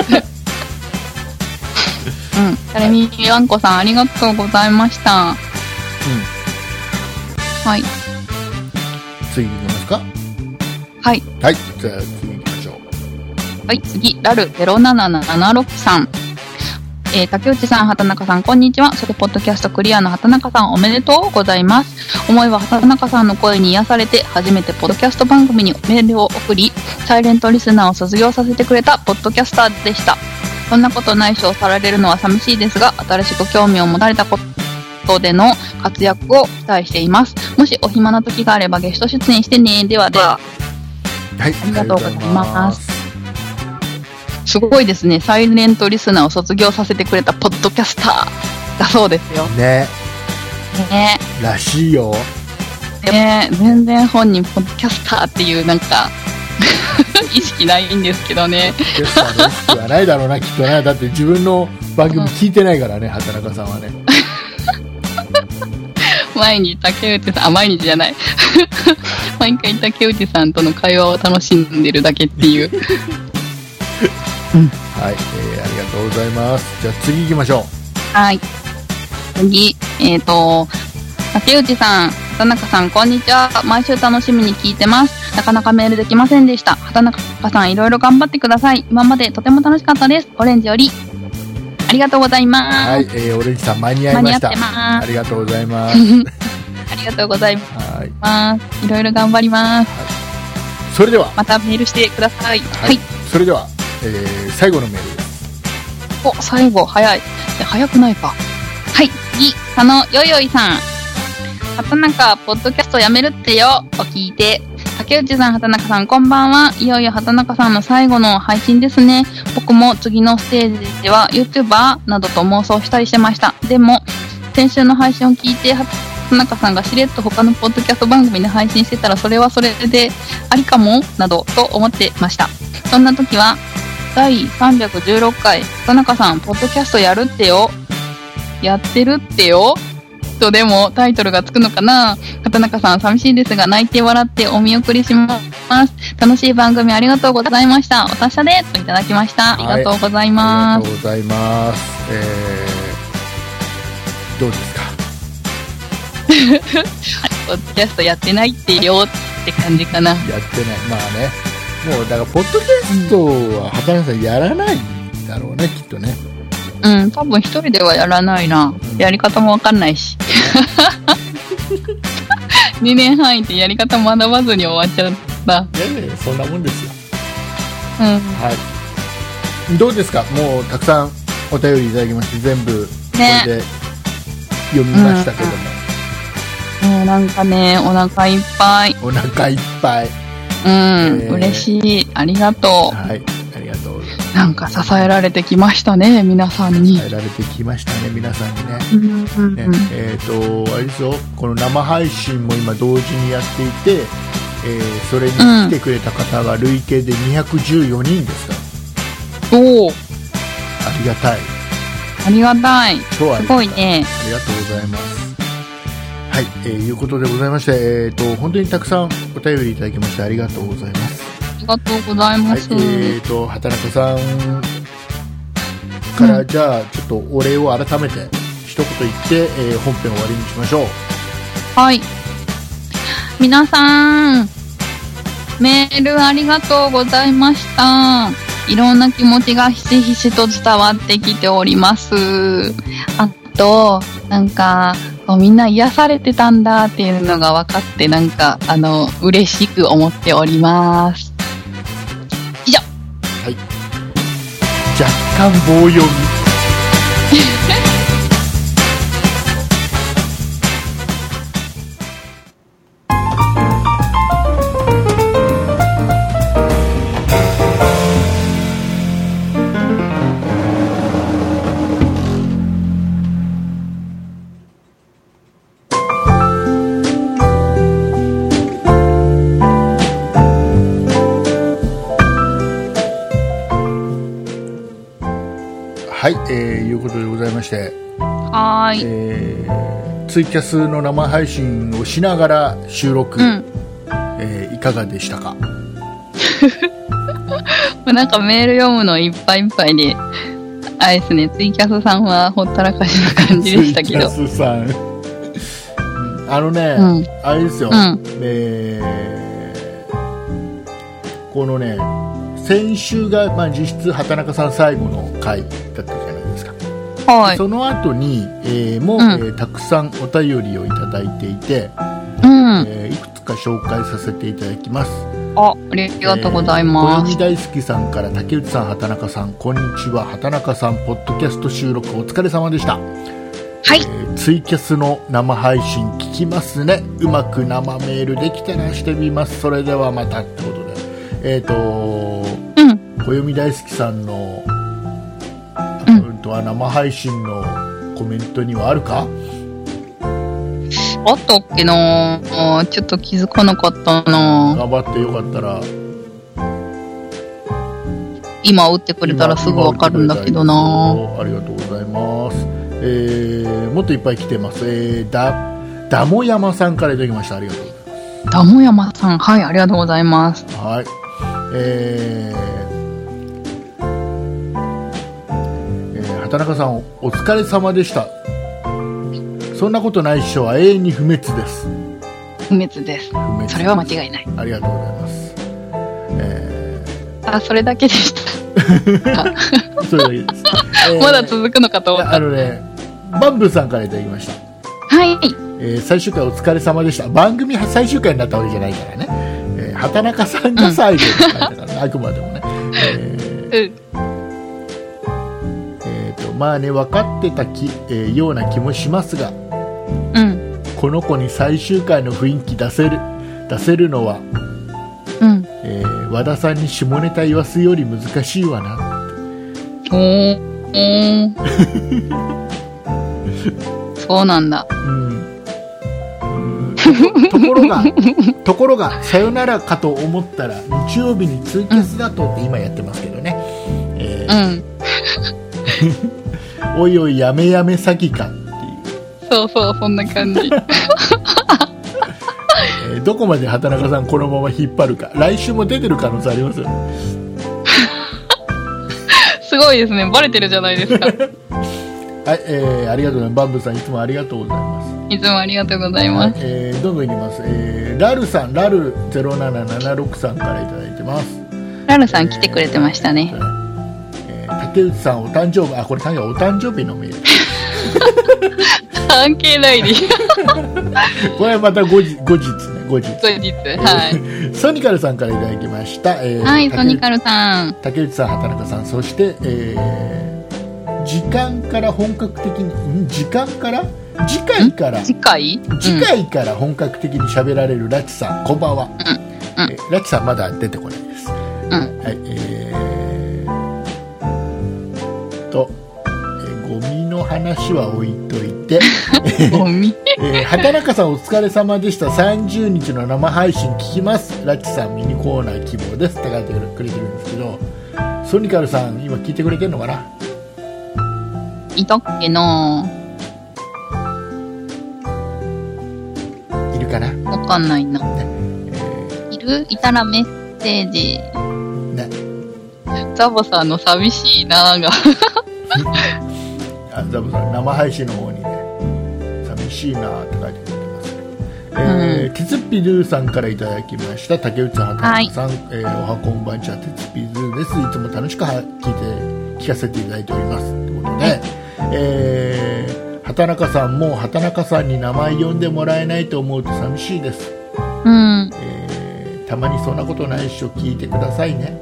タレミワンコさんありがとうございました。はい。 次行きますか。 はい。 はい、じゃあ次行きましょう。 はい、次、ラル0776さん。竹内さん、畑中さん、こんにちは。それポッドキャストクリアの畑中さん、おめでとうございます。思いは畑中さんの声に癒されて、初めてポッドキャスト番組にメールを送り、サイレントリスナーを卒業させてくれたポッドキャスターでした。そんなことないしをされるのは寂しいですが、新しく興味を持たれたことでの活躍を期待しています。もしお暇な時があればゲスト出演してね。ではでは。 はい、 ありがとうございます。すごいですね。サイレントリスナーを卒業させてくれたポッドキャスターだそうですよ。 ね。らしいよ。 全然本人ポッドキャスターっていうなんか意識ないんですけどね。 ポッドキャスターの意識はないだろうな、きっとね。だって自分の番組聞いてないからね、畑中さんはね。 毎日竹内さん、毎日じゃない。毎回竹内さんとの会話を楽しんでるだけっていう。 はい、ありがとうございます。じゃあ次行きましょう。はい。次、竹内さん、畑中さん、こんにちは。毎週楽しみに聞いてます。なかなかメールできませんでした。畑中さん、いろいろ頑張ってください。今までとても楽しかったです。オレンジより。ありがとうございます。 はい、オレンジさん間に合いました。ありがとうございます。 ありがとうございます。いろいろ頑張ります。はい、 それではまたメールしてください。 はい。それでは、最後のメールです。 お、最後早い。早くないか。はい。次、佐野よよいさん。畑中ポッドキャストやめるってよを聞いて、竹内さん、畑中さん、こんばんは。いよいよ畑中さんの最後の配信ですね。僕も次のステージでは YouTuber などと妄想したりしてました。でも、先週の配信を聞いて、畑中さんがしれっと他のポッドキャスト番組で配信してたら、それはそれでありかもなどと思ってました。そんな時は、第316回、畑中さん、ポッドキャストやるってよ。やってるってよ。とでもタイトルがつくのかな。畑中さん寂しいですが泣いて笑ってお見送りします。楽しい番組ありがとうございました。お達者でといただきました。ありがとうございます。 ありがとうございます。どうですか。 ポッドキャストやってないってよって感じかな。 やってない。まあね、もうだからポッドキャストは畑中さんやらないんだろうね、きっとね。 うん、多分一人ではやらないな。やり方もわかんないし。2年半いてやり方学ばずに終わっちゃった。 いやいや、そんなもんですよ。 うん。 はい。どうですか？もうたくさんお便りいただきまして、全部これで読みましたけども。 もうなんかね、お腹いっぱい。 お腹いっぱい。 嬉しい。ありがとう。 はい。ありがとうございます。 なんか支えられてきましたね、皆さんに。 支えられてきましたね、皆さんにね。あれですよ、この生配信も今同時にやっていて、それに来てくれた方が累計で214人ですから。 おお。 ありがたい。 ありがたい。 超ありがたい。 すごいね。 ありがとうございます。はい、いうことでございまして、本当にたくさんお便りいただきましてありがとうございます。 ありがとうございます。 はい、畑中さんから、じゃあちょっとお礼を改めて一言言って、本編終わりにしましょう。 はい。皆さん、メールありがとうございました。いろんな気持ちがひしひしと伝わってきております。あと、なんか、みんな癒されてたんだっていうのが分かって、なんか、嬉しく思っております。以上。 はい。若干棒読み。はい、いうことでございまして、 はーい、ツイキャスの生配信をしながら収録、いかがでしたか？ なんかメール読むのいっぱいいっぱいで、あれですね、ツイキャスさんはほったらかしな感じでしたけど。 ツイキャスさんあれですよ、このね、先週が、実質畑中さん最後の回だったじゃないですか。 はい。 その後に、たくさんお便りをいただいていて、いくつか紹介させていただきます。 ありがとうございます。 小読大好きさんから、竹内さん、畑中さん、こんにちは。畑中さん、ポッドキャスト収録お疲れ様でした。 はい、 ツイキャスの生配信聞きますね。うまく生メールできたらしてみます。それではまたってことで、小読大好きさんのアカウントは生配信のコメントにはあるか？ あったっけな、ちょっと気づかなかったな。 頑張ってよかったら今打ってくれたらすぐ分かるんだけどな。 ありがとうございます。もっといっぱい来てます。ダモヤマさんからいただきました。ありがとうございます。 ダモヤマさん、はい、ありがとうございます。 はい。畑中さん、お疲れ様でした。そんなことないっしょは永遠に不滅です。 不滅です。それは間違いない。 ありがとうございます。 それだけでした。 それだけです。 まだ続くのかと思った。 バンブーさんからいただきました。 はい。 最終回お疲れ様でした。番組最終回になったわけじゃないからね。畑中さんが最後に書いたからね、あくまでもね。まあね、分かってたような気もしますが、この子に最終回の雰囲気出せるのは、和田さんに下ネタ言わすより難しいわなって。 そうなんだ。 ところがさよならかと思ったら日曜日にツイキャスだとって今やってますけどね。おいおいやめやめ詐欺かっていう。 そうそう、そんな感じ。 どこまで畑中さんこのまま引っ張るか。来週も出てる可能性ありますよね。 すごいですね、バレてるじゃないですか。 はい、ありがとうございます。バンブーさんいつもありがとうございます。 いつもありがとうございます。 どんどんいきます。ラルさん、ラル0776さんからいただいてます。 ラルさん来てくれてましたね。 竹内さんお誕生日、これお誕生日のメール関係ないでこれまた後日ね、後日、 はい。 ソニカルさんからいただきました。 はい、ソニカルさん、 竹内さん、畑中さん、そして、次回から本格的に次回から本格的に喋られるラチさん、こんばんは。ラチさんまだ出てこないです。はい、ゴミの話は置いといてゴミ畑中さんお疲れ様でした。30日の生配信聞きます。ラチさんミニコーナー希望ですって書いてくれてるんですけど、ソニカルさん今聞いてくれてるのかな。 いたっけな。 いるかな。 わかんないな、ね。いたらメッセージね。ザボさんの寂しいなーがザボさん生配信の方にね、寂しいなーって書いてくれてますね。テツピドゥさんからいただきました。竹内さん、畑中さん、おはこんばんちは、テツピドゥです。いつも楽しく聞かせていただいておりますということで、畑中さんも畑中さんに名前呼んでもらえないと思うと寂しいです。たまにそんなことないっしょ、聞いてくださいね。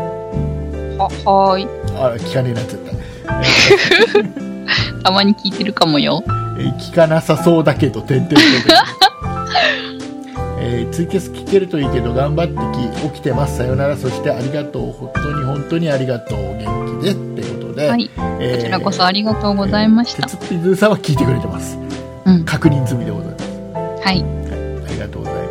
はい。 聞かねえなっちゃったたまに聞いてるかもよ。 聞かなさそうだけどツイキャス聞けるといいけど頑張って起きてます。さよなら。そしてありがとう。本当にありがとう。元気でってことで、はい、 こちらこそありがとうございました。 鉄ピズーさんは聞いてくれてます。確認済みでございます。 はい、 ありがとうございます。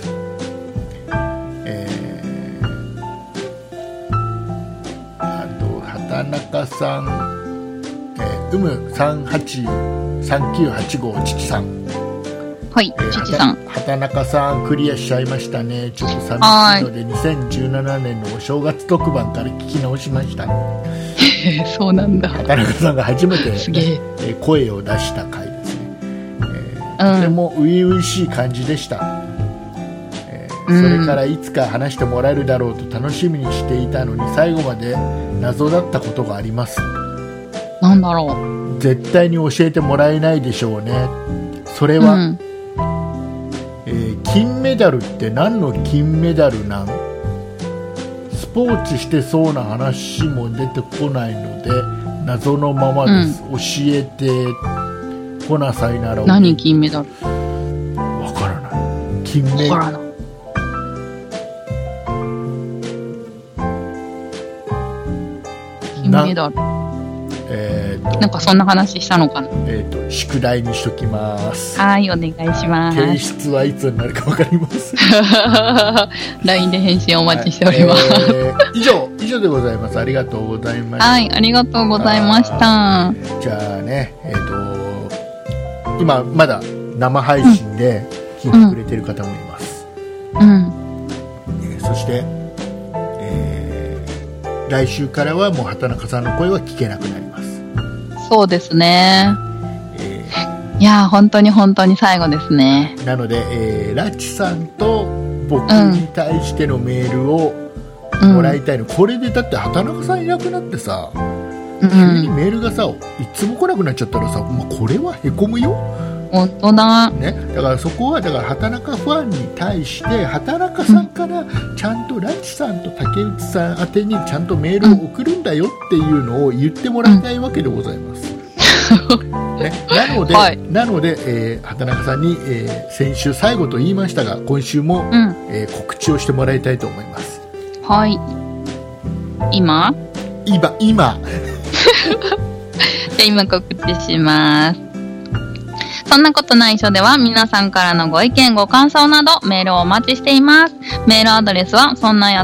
あと畑中さん、383985父さん、 はい、父さん、 畑中さんクリアしちゃいましたね。ちょっと寂しいので2017年のお正月特番から聞き直しました。 そうなんだ。 畑中さんが初めて、声を出した回ですね。とても初々しい感じでした。それからいつか話してもらえるだろうと楽しみにしていたのに最後まで謎だったことがあります。 なんだろう。絶対に教えてもらえないでしょうね。それは、金メダルって何の金メダルなん？スポーツしてそうな話も出てこないので謎のままです。教えてこなさいなら。 何金メダル？ わからない。金メダル。 金メダル。なんかそんな話したのかな。 宿題にしときます。 はい、お願いします。 提出はいつになるかわかります。 LINE で返信お待ちしております。 以上でございます。ありがとうございました。 はい、ありがとうございました。 じゃあね、今まだ生配信で聞いてくれてる方もいます。そして、来週からはもう畑中さんの声は聞けなくなります。 そうですね。いや本当に最後ですね。 なので、ラチさんと僕に対してのメールをもらいたいの。これでだって畑中さんいなくなってさ、急にメールがさいつも来なくなっちゃったらさ、これはへこむよ。 本当だ、 ね、だからそこは畑中ファンに対して畑中さんからちゃんとラチさんと竹内さん宛てにちゃんとメールを送るんだよっていうのを言ってもらいたいわけでございます。ね、なので、畑中さんに、先週最後と言いましたが今週も、告知をしてもらいたいと思います。 はい。今じゃあ今告知します。そんなことないっしょでは皆さんからのご意見ご感想などメールをお待ちしています。メールアドレスはそんない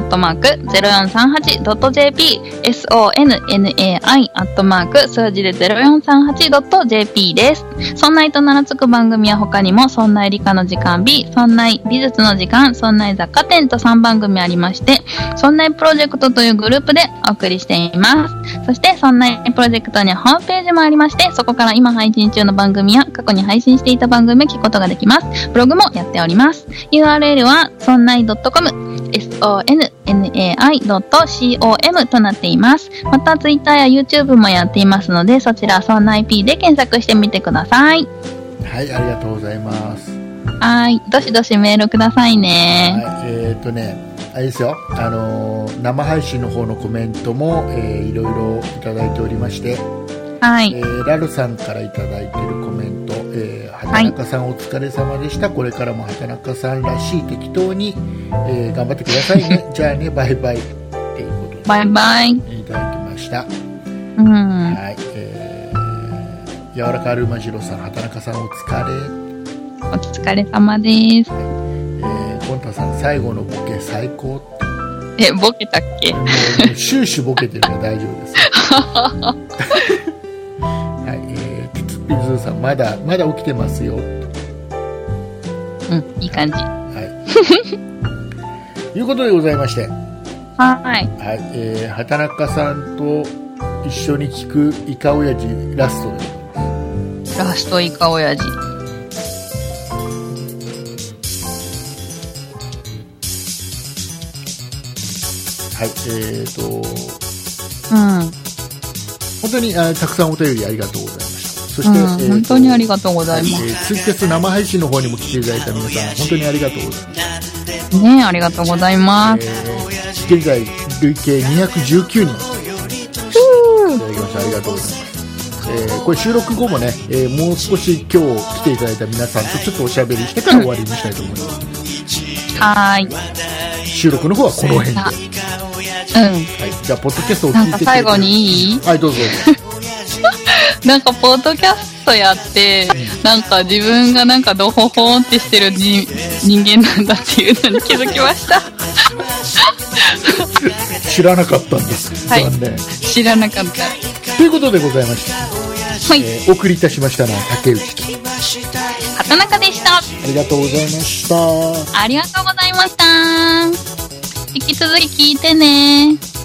@0438.jp sonnai@ 数字で 0438.jp です。そんないと名の付く番組は他にもそんない理科の時間 B、そんない美術の時間、そんない雑貨店と3番組ありまして、そんないプロジェクトというグループでお送りしています。そしてそんないプロジェクトにはホームページもありまして、そこから今配信中の番組や過去に配配信していた番組を聞くことができます。ブログもやっております。URL はそんない .com sonnai.com となっています。また Twitter や YouTube もやっていますので、そちらそんない P で検索してみてください。 はい、ありがとうございます。 はい、どしどしメールくださいね。 はい、あれですよ、生配信の方のコメントも、いろいろいただいておりまして、 はい、 ラルさんからいただいているコメント、畑中さんお疲れ様でした。これからも畑中さんらしい適当に、頑張ってくださいね。じゃあね、バイバイっていうことでバイバイいただきました。 うん、 はい、柔らかアルマジロさん、畑中さんお疲れ様です。 コンタさん、最後のボケ最高。 ボケたっけ？ もう終始ボケてるから大丈夫です。はい、ピツピズさん、まだ起きてますよ。 うん、いい感じ。 はい。いうことでございまして。 はい。 はい、畑中さんと一緒に聞くイカオヤジラストでございます。 ラストイカオヤジ。 はい、 うん、 本当にたくさんお便りありがとうございました。そして、 本当にありがとうございます。 ツイキャス生配信の方にも来ていただいた皆さん、本当にありがとうございます。 ね、ありがとうございます。 現在累計219人いただきました。ありがとうございます。これ収録後もね、もう少し今日来ていただいた皆さんとちょっとおしゃべりしてから終わりにしたいと思います。 はい。 収録の方はこの辺で。はい、じゃあポッドキャストを聞いてくれてる。 なんか最後にいい？ はい、どうぞ。 なんかポッドキャストやって、なんか自分がなんかドホホーンってしてる人間なんだっていうのに気づきました。 知らなかったんです。 はい、残念。知らなかった。 ということでございまして、はい、お送りいたしましたのは竹内と畑中でした。 ありがとうございました。 ありがとうございました。引き続き聞いてね。